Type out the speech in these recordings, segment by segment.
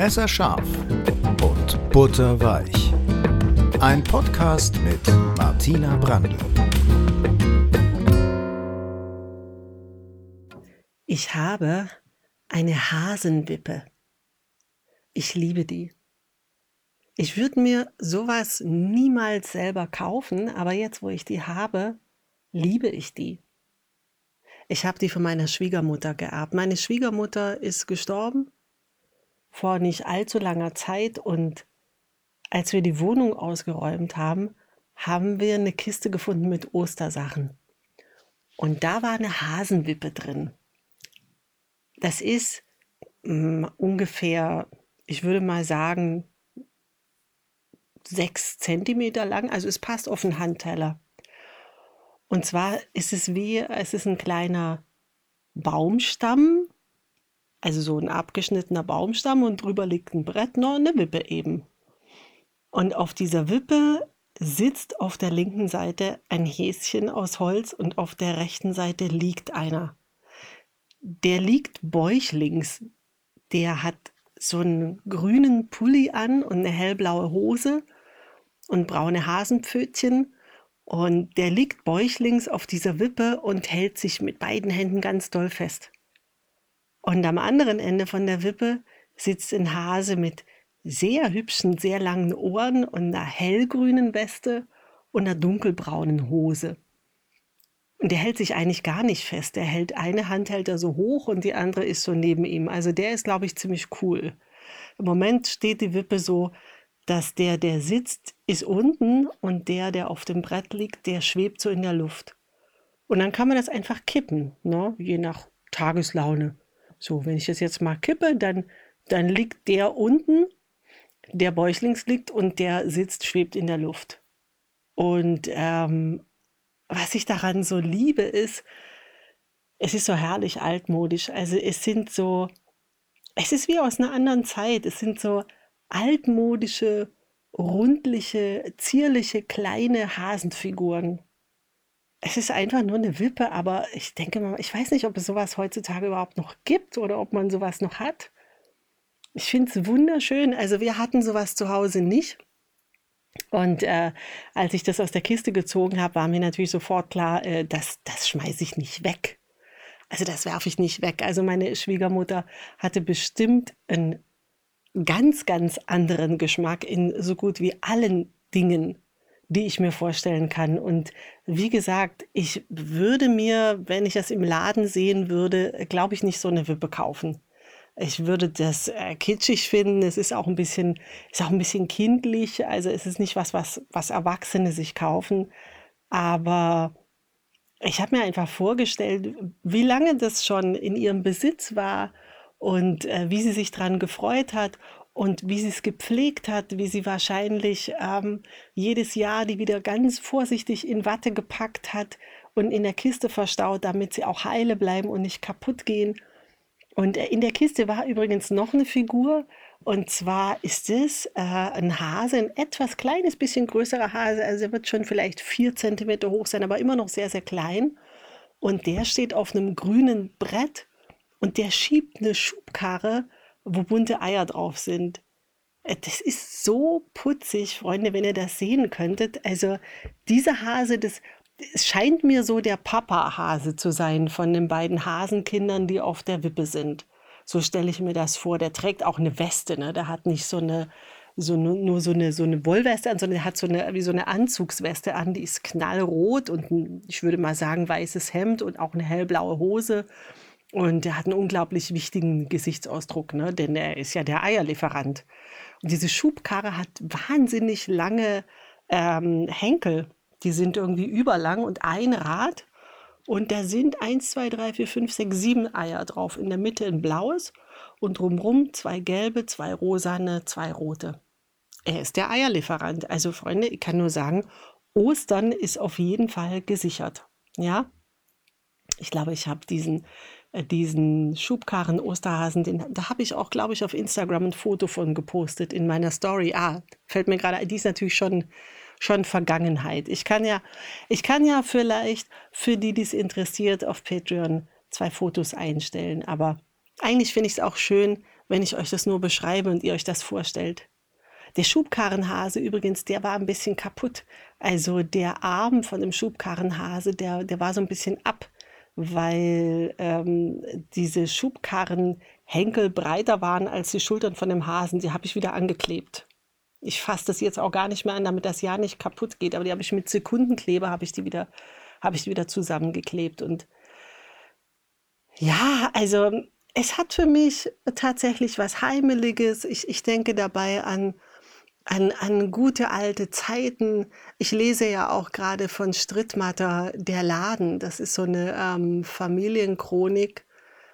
Messerscharf und butterweich. Ein Podcast mit Martina Brandl. Ich habe eine Hasenwippe. Ich liebe die. Ich würde mir sowas niemals selber kaufen, aber jetzt, wo ich die habe, liebe ich die. Ich habe die von meiner Schwiegermutter geerbt. Meine Schwiegermutter ist gestorben vor nicht allzu langer Zeit und als wir die Wohnung ausgeräumt haben, haben wir eine Kiste gefunden mit Ostersachen. Und da war eine Hasenwippe drin. Das ist ungefähr, ich würde mal sagen, 6 Zentimeter lang. Also es passt auf einen Handteller. Und zwar ist es ist ein kleiner Baumstamm, also so ein abgeschnittener Baumstamm und drüber liegt ein Brett, noch eine Wippe eben. Und auf dieser Wippe sitzt auf der linken Seite ein Häschen aus Holz und auf der rechten Seite liegt einer. Der liegt bäuchlings. Der hat so einen grünen Pulli an und eine hellblaue Hose und braune Hasenpfötchen. Und der liegt bäuchlings auf dieser Wippe und hält sich mit beiden Händen ganz doll fest. Und am anderen Ende von der Wippe sitzt ein Hase mit sehr hübschen, sehr langen Ohren und einer hellgrünen Weste und einer dunkelbraunen Hose. Und der hält sich eigentlich gar nicht fest. Eine Hand hält er so hoch und die andere ist so neben ihm. Also der ist, glaube ich, ziemlich cool. Im Moment steht die Wippe so, dass der sitzt, ist unten und der auf dem Brett liegt, der schwebt so in der Luft. Und dann kann man das einfach kippen, ne? Je nach Tageslaune. So, wenn ich das jetzt mal kippe, dann liegt der unten, der bäuchlings liegt und der sitzt, schwebt in der Luft. Und was ich daran so liebe, ist, es ist so herrlich altmodisch. Also es ist wie aus einer anderen Zeit. Es sind so altmodische, rundliche, zierliche, kleine Hasenfiguren. Es ist einfach nur eine Wippe, aber ich denke mal, ich weiß nicht, ob es sowas heutzutage überhaupt noch gibt oder ob man sowas noch hat. Ich finde es wunderschön. Also wir hatten sowas zu Hause nicht. Und als ich das aus der Kiste gezogen habe, war mir natürlich sofort klar, das schmeiße ich nicht weg. Also das werfe ich nicht weg. Also meine Schwiegermutter hatte bestimmt einen ganz, ganz anderen Geschmack in so gut wie allen Dingen, die ich mir vorstellen kann. Und wie gesagt, ich würde mir, wenn ich das im Laden sehen würde, glaube ich, nicht so eine Wippe kaufen. Ich würde das kitschig finden. Es ist auch ein bisschen kindlich. Also es ist nicht was Erwachsene sich kaufen. Aber ich habe mir einfach vorgestellt, wie lange das schon in ihrem Besitz war und wie sie sich daran gefreut hat und wie sie es gepflegt hat, wie sie wahrscheinlich jedes Jahr die wieder ganz vorsichtig in Watte gepackt hat und in der Kiste verstaut, damit sie auch heile bleiben und nicht kaputt gehen. Und in der Kiste war übrigens noch eine Figur. Und zwar ist es ein Hase, ein etwas kleines bisschen größerer Hase. Also er wird schon vielleicht 4 Zentimeter hoch sein, aber immer noch sehr, sehr klein. Und der steht auf einem grünen Brett und der schiebt eine Schubkarre, wo bunte Eier drauf sind. Das ist so putzig, Freunde, wenn ihr das sehen könntet. Also dieser Hase, es scheint mir so der Papa-Hase zu sein von den beiden Hasenkindern, die auf der Wippe sind. So stelle ich mir das vor. Der trägt auch eine Weste, ne? Der hat nicht nur so eine Wollweste an, sondern der hat wie so eine Anzugsweste an, die ist knallrot und ich würde mal sagen, weißes Hemd und auch eine hellblaue Hose. Und der hat einen unglaublich wichtigen Gesichtsausdruck, ne? Denn er ist ja der Eierlieferant. Und diese Schubkarre hat wahnsinnig lange Henkel. Die sind irgendwie überlang und ein Rad. Und da sind 1, 2, 3, 4, 5, 6, 7 Eier drauf. In der Mitte ein blaues und drumherum 2 gelbe, 2 rosane, 2 rote. Er ist der Eierlieferant. Also Freunde, ich kann nur sagen, Ostern ist auf jeden Fall gesichert. Ja, ich glaube, ich habe diesen Schubkarren-Osterhasen, da habe ich auch, glaube ich, auf Instagram ein Foto von gepostet in meiner Story. Fällt mir gerade ein, die ist natürlich schon Vergangenheit. Ich kann ja vielleicht für die es interessiert, auf Patreon 2 Fotos einstellen. Aber eigentlich finde ich es auch schön, wenn ich euch das nur beschreibe und ihr euch das vorstellt. Der Schubkarrenhase übrigens, der war ein bisschen kaputt. Also der Arm von dem Schubkarrenhase, der war so ein bisschen ab, weil diese Schubkarrenhenkel breiter waren als die Schultern von dem Hasen. Die habe ich wieder angeklebt. Ich fasse das jetzt auch gar nicht mehr an, damit das ja nicht kaputt geht. Aber die habe ich mit Sekundenkleber, habe ich die wieder zusammengeklebt. Und ja, also es hat für mich tatsächlich was Heimeliges. Ich denke dabei an gute alte Zeiten. Ich lese ja auch gerade von Strittmatter Der Laden. Das ist so eine Familienchronik,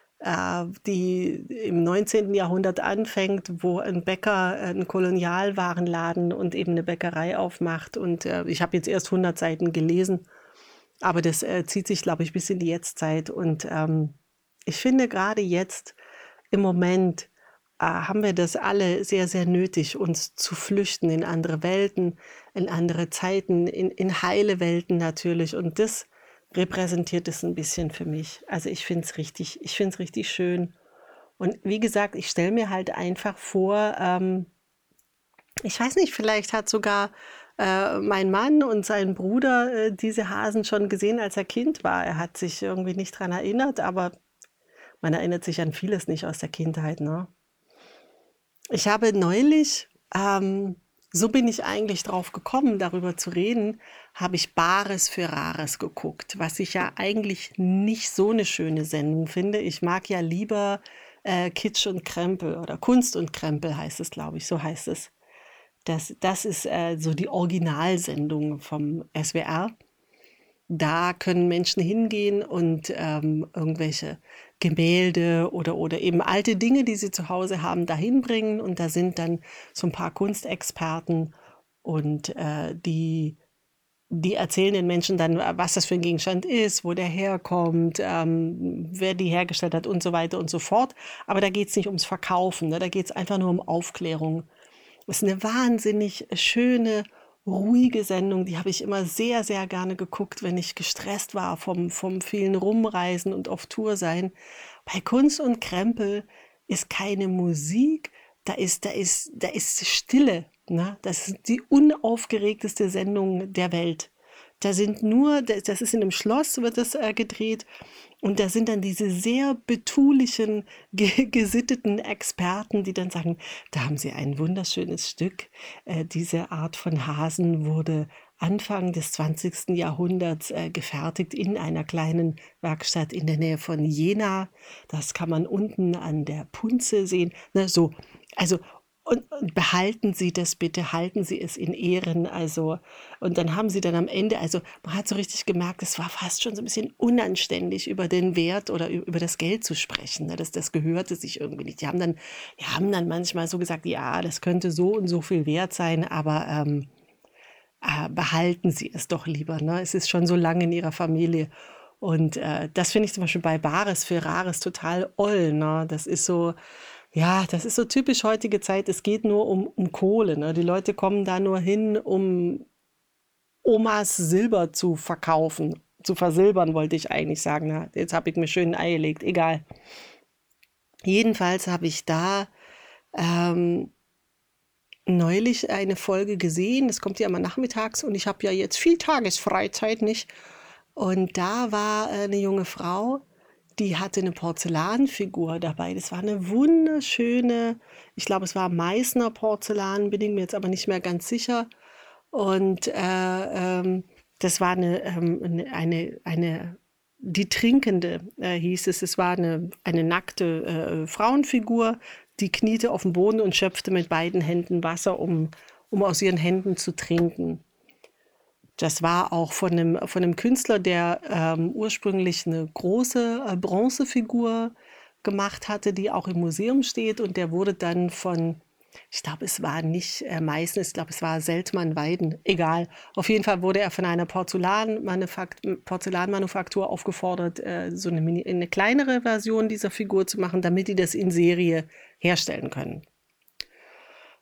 die im 19. Jahrhundert anfängt, wo ein Bäcker einen Kolonialwarenladen und eben eine Bäckerei aufmacht. Und ich habe jetzt erst 100 Seiten gelesen, aber das zieht sich, glaube ich, bis in die Jetztzeit. Und ich finde gerade jetzt im Moment haben wir das alle sehr, sehr nötig, uns zu flüchten in andere Welten, in andere Zeiten, in heile Welten natürlich. Und das repräsentiert es ein bisschen für mich. Also ich finde es richtig schön. Und wie gesagt, ich stelle mir halt einfach vor, ich weiß nicht, vielleicht hat sogar mein Mann und sein Bruder diese Hasen schon gesehen, als er Kind war. Er hat sich irgendwie nicht dran erinnert, aber man erinnert sich an vieles nicht aus der Kindheit, ne? Ich habe neulich, so bin ich eigentlich drauf gekommen, darüber zu reden, habe ich Bares für Rares geguckt, was ich ja eigentlich nicht so eine schöne Sendung finde. Ich mag ja lieber Kitsch und Krempel oder Kunst und Krempel heißt es, glaube ich, so heißt es. Das ist so die Originalsendung vom SWR. Da können Menschen hingehen und irgendwelche Gemälde oder eben alte Dinge, die sie zu Hause haben, dahin bringen. Und da sind dann so ein paar Kunstexperten und die erzählen den Menschen dann, was das für ein Gegenstand ist, wo der herkommt, wer die hergestellt hat und so weiter und so fort. Aber da geht es nicht ums Verkaufen, ne? Da geht es einfach nur um Aufklärung. Das ist eine wahnsinnig schöne, ruhige Sendung. Die habe ich immer sehr, sehr gerne geguckt, wenn ich gestresst war vom vielen Rumreisen und auf Tour sein. Bei Kunst und Krempel ist keine Musik, da ist Stille. Ne? Das ist die unaufgeregteste Sendung der Welt. Da sind nur, das ist in einem Schloss, wird das gedreht. Und da sind dann diese sehr betulichen, gesitteten Experten, die dann sagen, da haben sie ein wunderschönes Stück. Diese Art von Hasen wurde Anfang des 20. Jahrhunderts gefertigt in einer kleinen Werkstatt in der Nähe von Jena. Das kann man unten an der Punze sehen. Na, so, also und behalten Sie das bitte, halten Sie es in Ehren. Also, und dann haben sie dann am Ende, also man hat so richtig gemerkt, es war fast schon so ein bisschen unanständig, über den Wert oder über das Geld zu sprechen. Ne? Das gehörte sich irgendwie nicht. Die haben dann manchmal so gesagt, ja, das könnte so und so viel wert sein, aber behalten Sie es doch lieber. Ne? Es ist schon so lange in Ihrer Familie. Und das finde ich zum Beispiel bei Bares für Rares total oll. Ne? Das ist so, ja, das ist so typisch heutige Zeit. Es geht nur um Kohle. Ne? Die Leute kommen da nur hin, um Omas Silber zu verkaufen. Zu versilbern, wollte ich eigentlich sagen. Na, jetzt habe ich mir schön ein Ei gelegt. Egal. Jedenfalls habe ich da neulich eine Folge gesehen. Das kommt ja immer nachmittags und ich habe ja jetzt viel Tagesfreizeit, nicht? Und da war eine junge Frau, die hatte eine Porzellanfigur dabei. Das war eine wunderschöne, ich glaube, es war Meißner Porzellan, bin ich mir jetzt aber nicht mehr ganz sicher. Und das war die Trinkende, hieß es. Es war eine nackte Frauenfigur, die kniete auf dem Boden und schöpfte mit beiden Händen Wasser, um aus ihren Händen zu trinken. Das war auch von einem Künstler, der ursprünglich eine große Bronzefigur gemacht hatte, die auch im Museum steht. Und der wurde dann ich glaube, es war nicht Meißen, ich glaube, es war Seltmann-Weiden. Egal. Auf jeden Fall wurde er von einer Porzellanmanufaktur aufgefordert, so eine kleinere Version dieser Figur zu machen, damit die das in Serie herstellen können.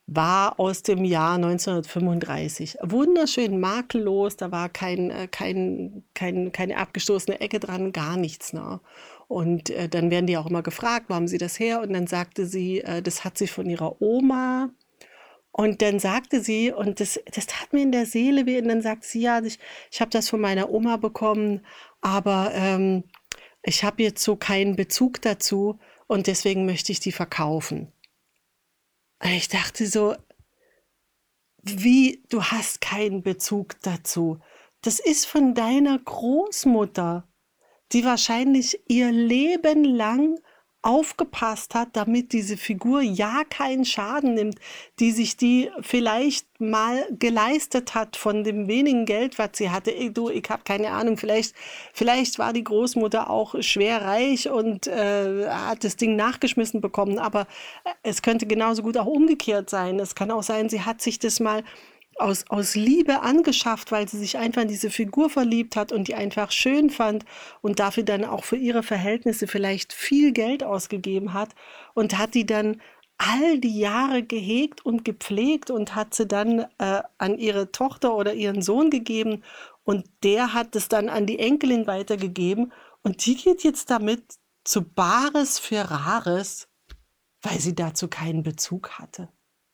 war aus dem Jahr 1935. Wunderschön, makellos, da war keine abgestoßene Ecke dran, gar nichts. Ne? Und dann werden die auch immer gefragt, wo haben sie das her? Und dann sagte sie, das hat sie von ihrer Oma. Und dann sagte sie, und das tat mir in der Seele weh, und dann sagte sie, ja, ich habe das von meiner Oma bekommen, aber ich habe jetzt so keinen Bezug dazu und deswegen möchte ich die verkaufen. Und ich dachte so, wie, du hast keinen Bezug dazu. Das ist von deiner Großmutter, die wahrscheinlich ihr Leben lang aufgepasst hat, damit diese Figur ja keinen Schaden nimmt, die sich die vielleicht mal geleistet hat von dem wenigen Geld, was sie hatte. Ich habe keine Ahnung, vielleicht war die Großmutter auch schwer reich und hat das Ding nachgeschmissen bekommen, aber es könnte genauso gut auch umgekehrt sein. Es kann auch sein, sie hat sich das mal aus Liebe angeschafft, weil sie sich einfach in diese Figur verliebt hat und die einfach schön fand und dafür dann auch für ihre Verhältnisse vielleicht viel Geld ausgegeben hat und hat die dann all die Jahre gehegt und gepflegt und hat sie dann an ihre Tochter oder ihren Sohn gegeben und der hat es dann an die Enkelin weitergegeben und die geht jetzt damit zu Bares für Rares, weil sie dazu keinen Bezug hatte.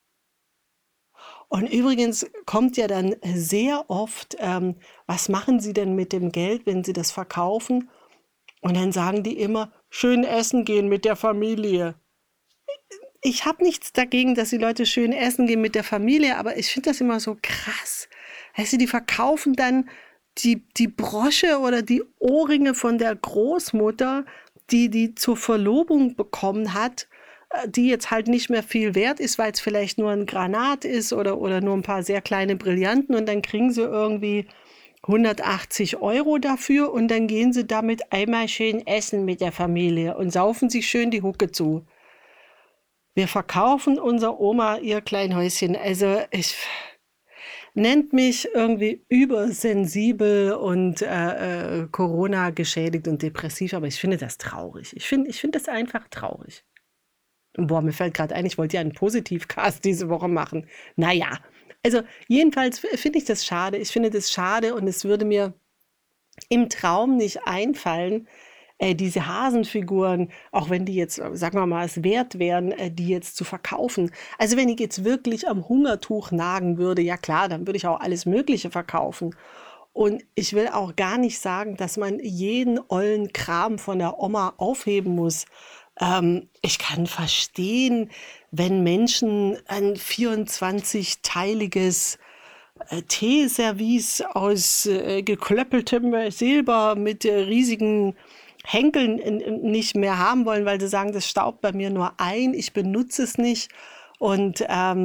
Und übrigens kommt ja dann sehr oft, was machen Sie denn mit dem Geld, wenn Sie das verkaufen? Und dann sagen die immer, schön essen gehen mit der Familie. Ich habe nichts dagegen, dass die Leute schön essen gehen mit der Familie, aber ich finde das immer so krass. Weißt du, die verkaufen dann die Brosche oder die Ohrringe von der Großmutter, die zur Verlobung bekommen hat, die jetzt halt nicht mehr viel wert ist, weil es vielleicht nur ein Granat ist oder nur ein paar sehr kleine Brillanten und dann kriegen sie irgendwie 180 € dafür und dann gehen sie damit einmal schön essen mit der Familie und saufen sich schön die Hucke zu. Wir verkaufen unserer Oma ihr Kleinhäuschen. Also nennt mich irgendwie übersensibel und Corona geschädigt und depressiv, aber ich finde das traurig. Ich finde das einfach traurig. Boah, mir fällt gerade ein, ich wollte ja einen Positivcast diese Woche machen. Naja, also jedenfalls finde ich das schade. Ich finde das schade und es würde mir im Traum nicht einfallen, diese Hasenfiguren, auch wenn die jetzt, sagen wir mal, es wert wären, die jetzt zu verkaufen. Also wenn ich jetzt wirklich am Hungertuch nagen würde, ja klar, dann würde ich auch alles Mögliche verkaufen. Und ich will auch gar nicht sagen, dass man jeden ollen Kram von der Oma aufheben muss. Ich kann verstehen, wenn Menschen ein 24-teiliges Teeservice aus geklöppeltem Silber mit riesigen Henkeln nicht mehr haben wollen, weil sie sagen, das staubt bei mir nur ein, ich benutze es nicht und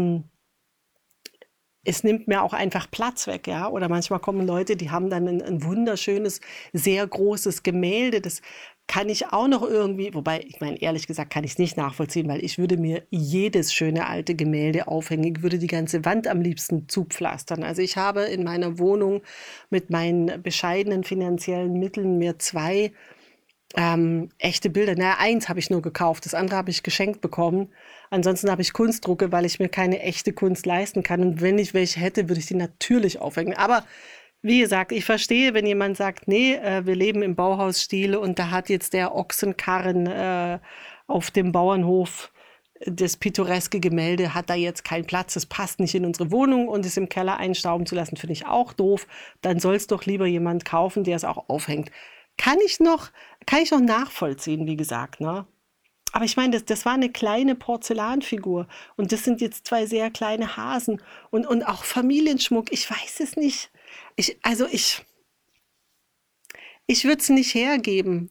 es nimmt mir auch einfach Platz weg, ja. Oder manchmal kommen Leute, die haben dann ein wunderschönes, sehr großes Gemälde. Das kann ich auch noch irgendwie, wobei, ich meine, ehrlich gesagt, kann ich es nicht nachvollziehen, weil ich würde mir jedes schöne alte Gemälde aufhängen. Ich würde die ganze Wand am liebsten zupflastern. Also ich habe in meiner Wohnung mit meinen bescheidenen finanziellen Mitteln mir 2 echte Bilder. Naja, 1 habe ich nur gekauft, das andere habe ich geschenkt bekommen. Ansonsten habe ich Kunstdrucke, weil ich mir keine echte Kunst leisten kann. Und wenn ich welche hätte, würde ich die natürlich aufhängen. Aber wie gesagt, ich verstehe, wenn jemand sagt, nee, wir leben im Bauhausstil und da hat jetzt der Ochsenkarren auf dem Bauernhof das pittoreske Gemälde, hat da jetzt keinen Platz, es passt nicht in unsere Wohnung und es im Keller einstauben zu lassen, finde ich auch doof. Dann soll es doch lieber jemand kaufen, der es auch aufhängt. Kann ich noch nachvollziehen, wie gesagt, ne? Aber ich meine, das war eine kleine Porzellanfigur und das sind jetzt 2 sehr kleine Hasen und auch Familienschmuck. Ich weiß es nicht. Ich würde es nicht hergeben.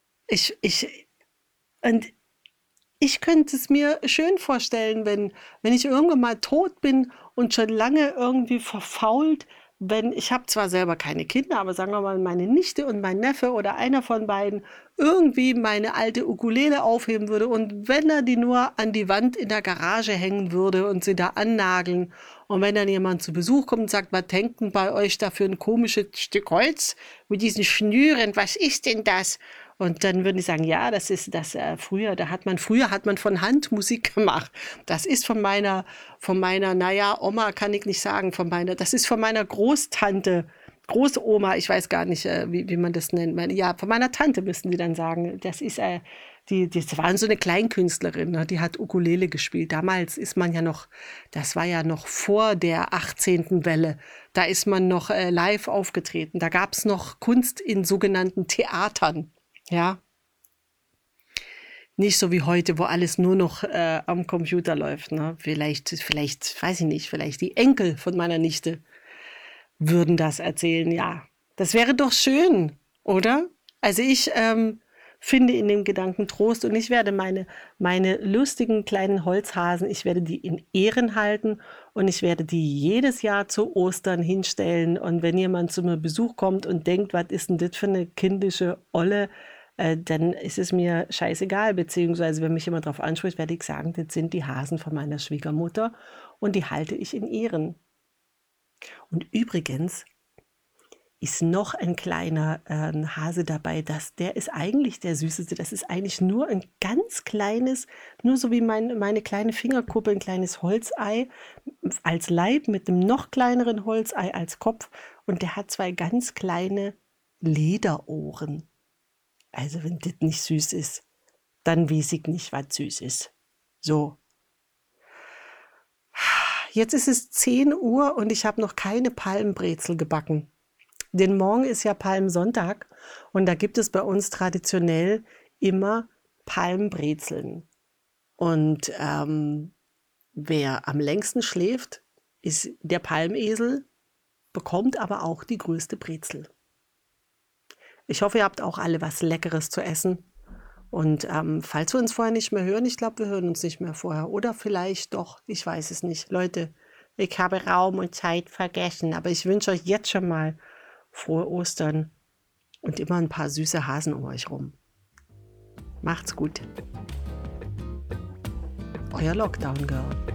Und ich könnte es mir schön vorstellen, wenn ich irgendwann mal tot bin und schon lange irgendwie verfault, ich habe zwar selber keine Kinder, aber sagen wir mal, meine Nichte und mein Neffe oder einer von beiden irgendwie meine alte Ukulele aufheben würde und wenn er die nur an die Wand in der Garage hängen würde und sie da annageln und wenn dann jemand zu Besuch kommt und sagt, was hängt denn bei euch da für ein komisches Stück Holz mit diesen Schnüren, was ist denn das? Und dann würden die sagen, ja, das ist das früher hat man von Hand Musik gemacht. Das ist von meiner, naja, Oma kann ich nicht sagen, das ist von meiner Großtante, Großoma, ich weiß gar nicht, wie man das nennt. Ja, von meiner Tante müssten die dann sagen. Das war so eine Kleinkünstlerin, ne? Die hat Ukulele gespielt. Damals das war ja noch vor der 18. Welle. Da ist man noch live aufgetreten. Da gab es noch Kunst in sogenannten Theatern. Ja, nicht so wie heute, wo alles nur noch am Computer läuft. Ne? Vielleicht, weiß ich nicht, vielleicht die Enkel von meiner Nichte würden das erzählen. Ja, das wäre doch schön, oder? Also ich finde in dem Gedanken Trost und ich werde meine lustigen kleinen Holzhasen, ich werde die in Ehren halten und ich werde die jedes Jahr zu Ostern hinstellen. Und wenn jemand zu mir Besuch kommt und denkt, was ist denn das für eine kindische Olle, dann ist es mir scheißegal, beziehungsweise wenn mich jemand darauf anspricht, werde ich sagen, das sind die Hasen von meiner Schwiegermutter und die halte ich in Ehren. Und übrigens ist noch ein kleiner Hase dabei, der ist eigentlich der süßeste. Das ist eigentlich nur ein ganz kleines, nur so wie meine kleine Fingerkuppe, ein kleines Holzei als Leib mit einem noch kleineren Holzei als Kopf. Und der hat 2 ganz kleine Lederohren. Also wenn das nicht süß ist, dann weiß ich nicht, was süß ist. So. Jetzt ist es 10 Uhr und ich habe noch keine Palmbrezel gebacken. Denn morgen ist ja Palmsonntag und da gibt es bei uns traditionell immer Palmbrezeln. Und wer am längsten schläft, ist der Palmesel, bekommt aber auch die größte Brezel. Ich hoffe, ihr habt auch alle was Leckeres zu essen. Und falls wir uns vorher nicht mehr hören, ich glaube, wir hören uns nicht mehr vorher. Oder vielleicht doch, ich weiß es nicht. Leute, ich habe Raum und Zeit vergessen. Aber ich wünsche euch jetzt schon mal frohe Ostern und immer ein paar süße Hasen um euch rum. Macht's gut. Euer Lockdown Girl.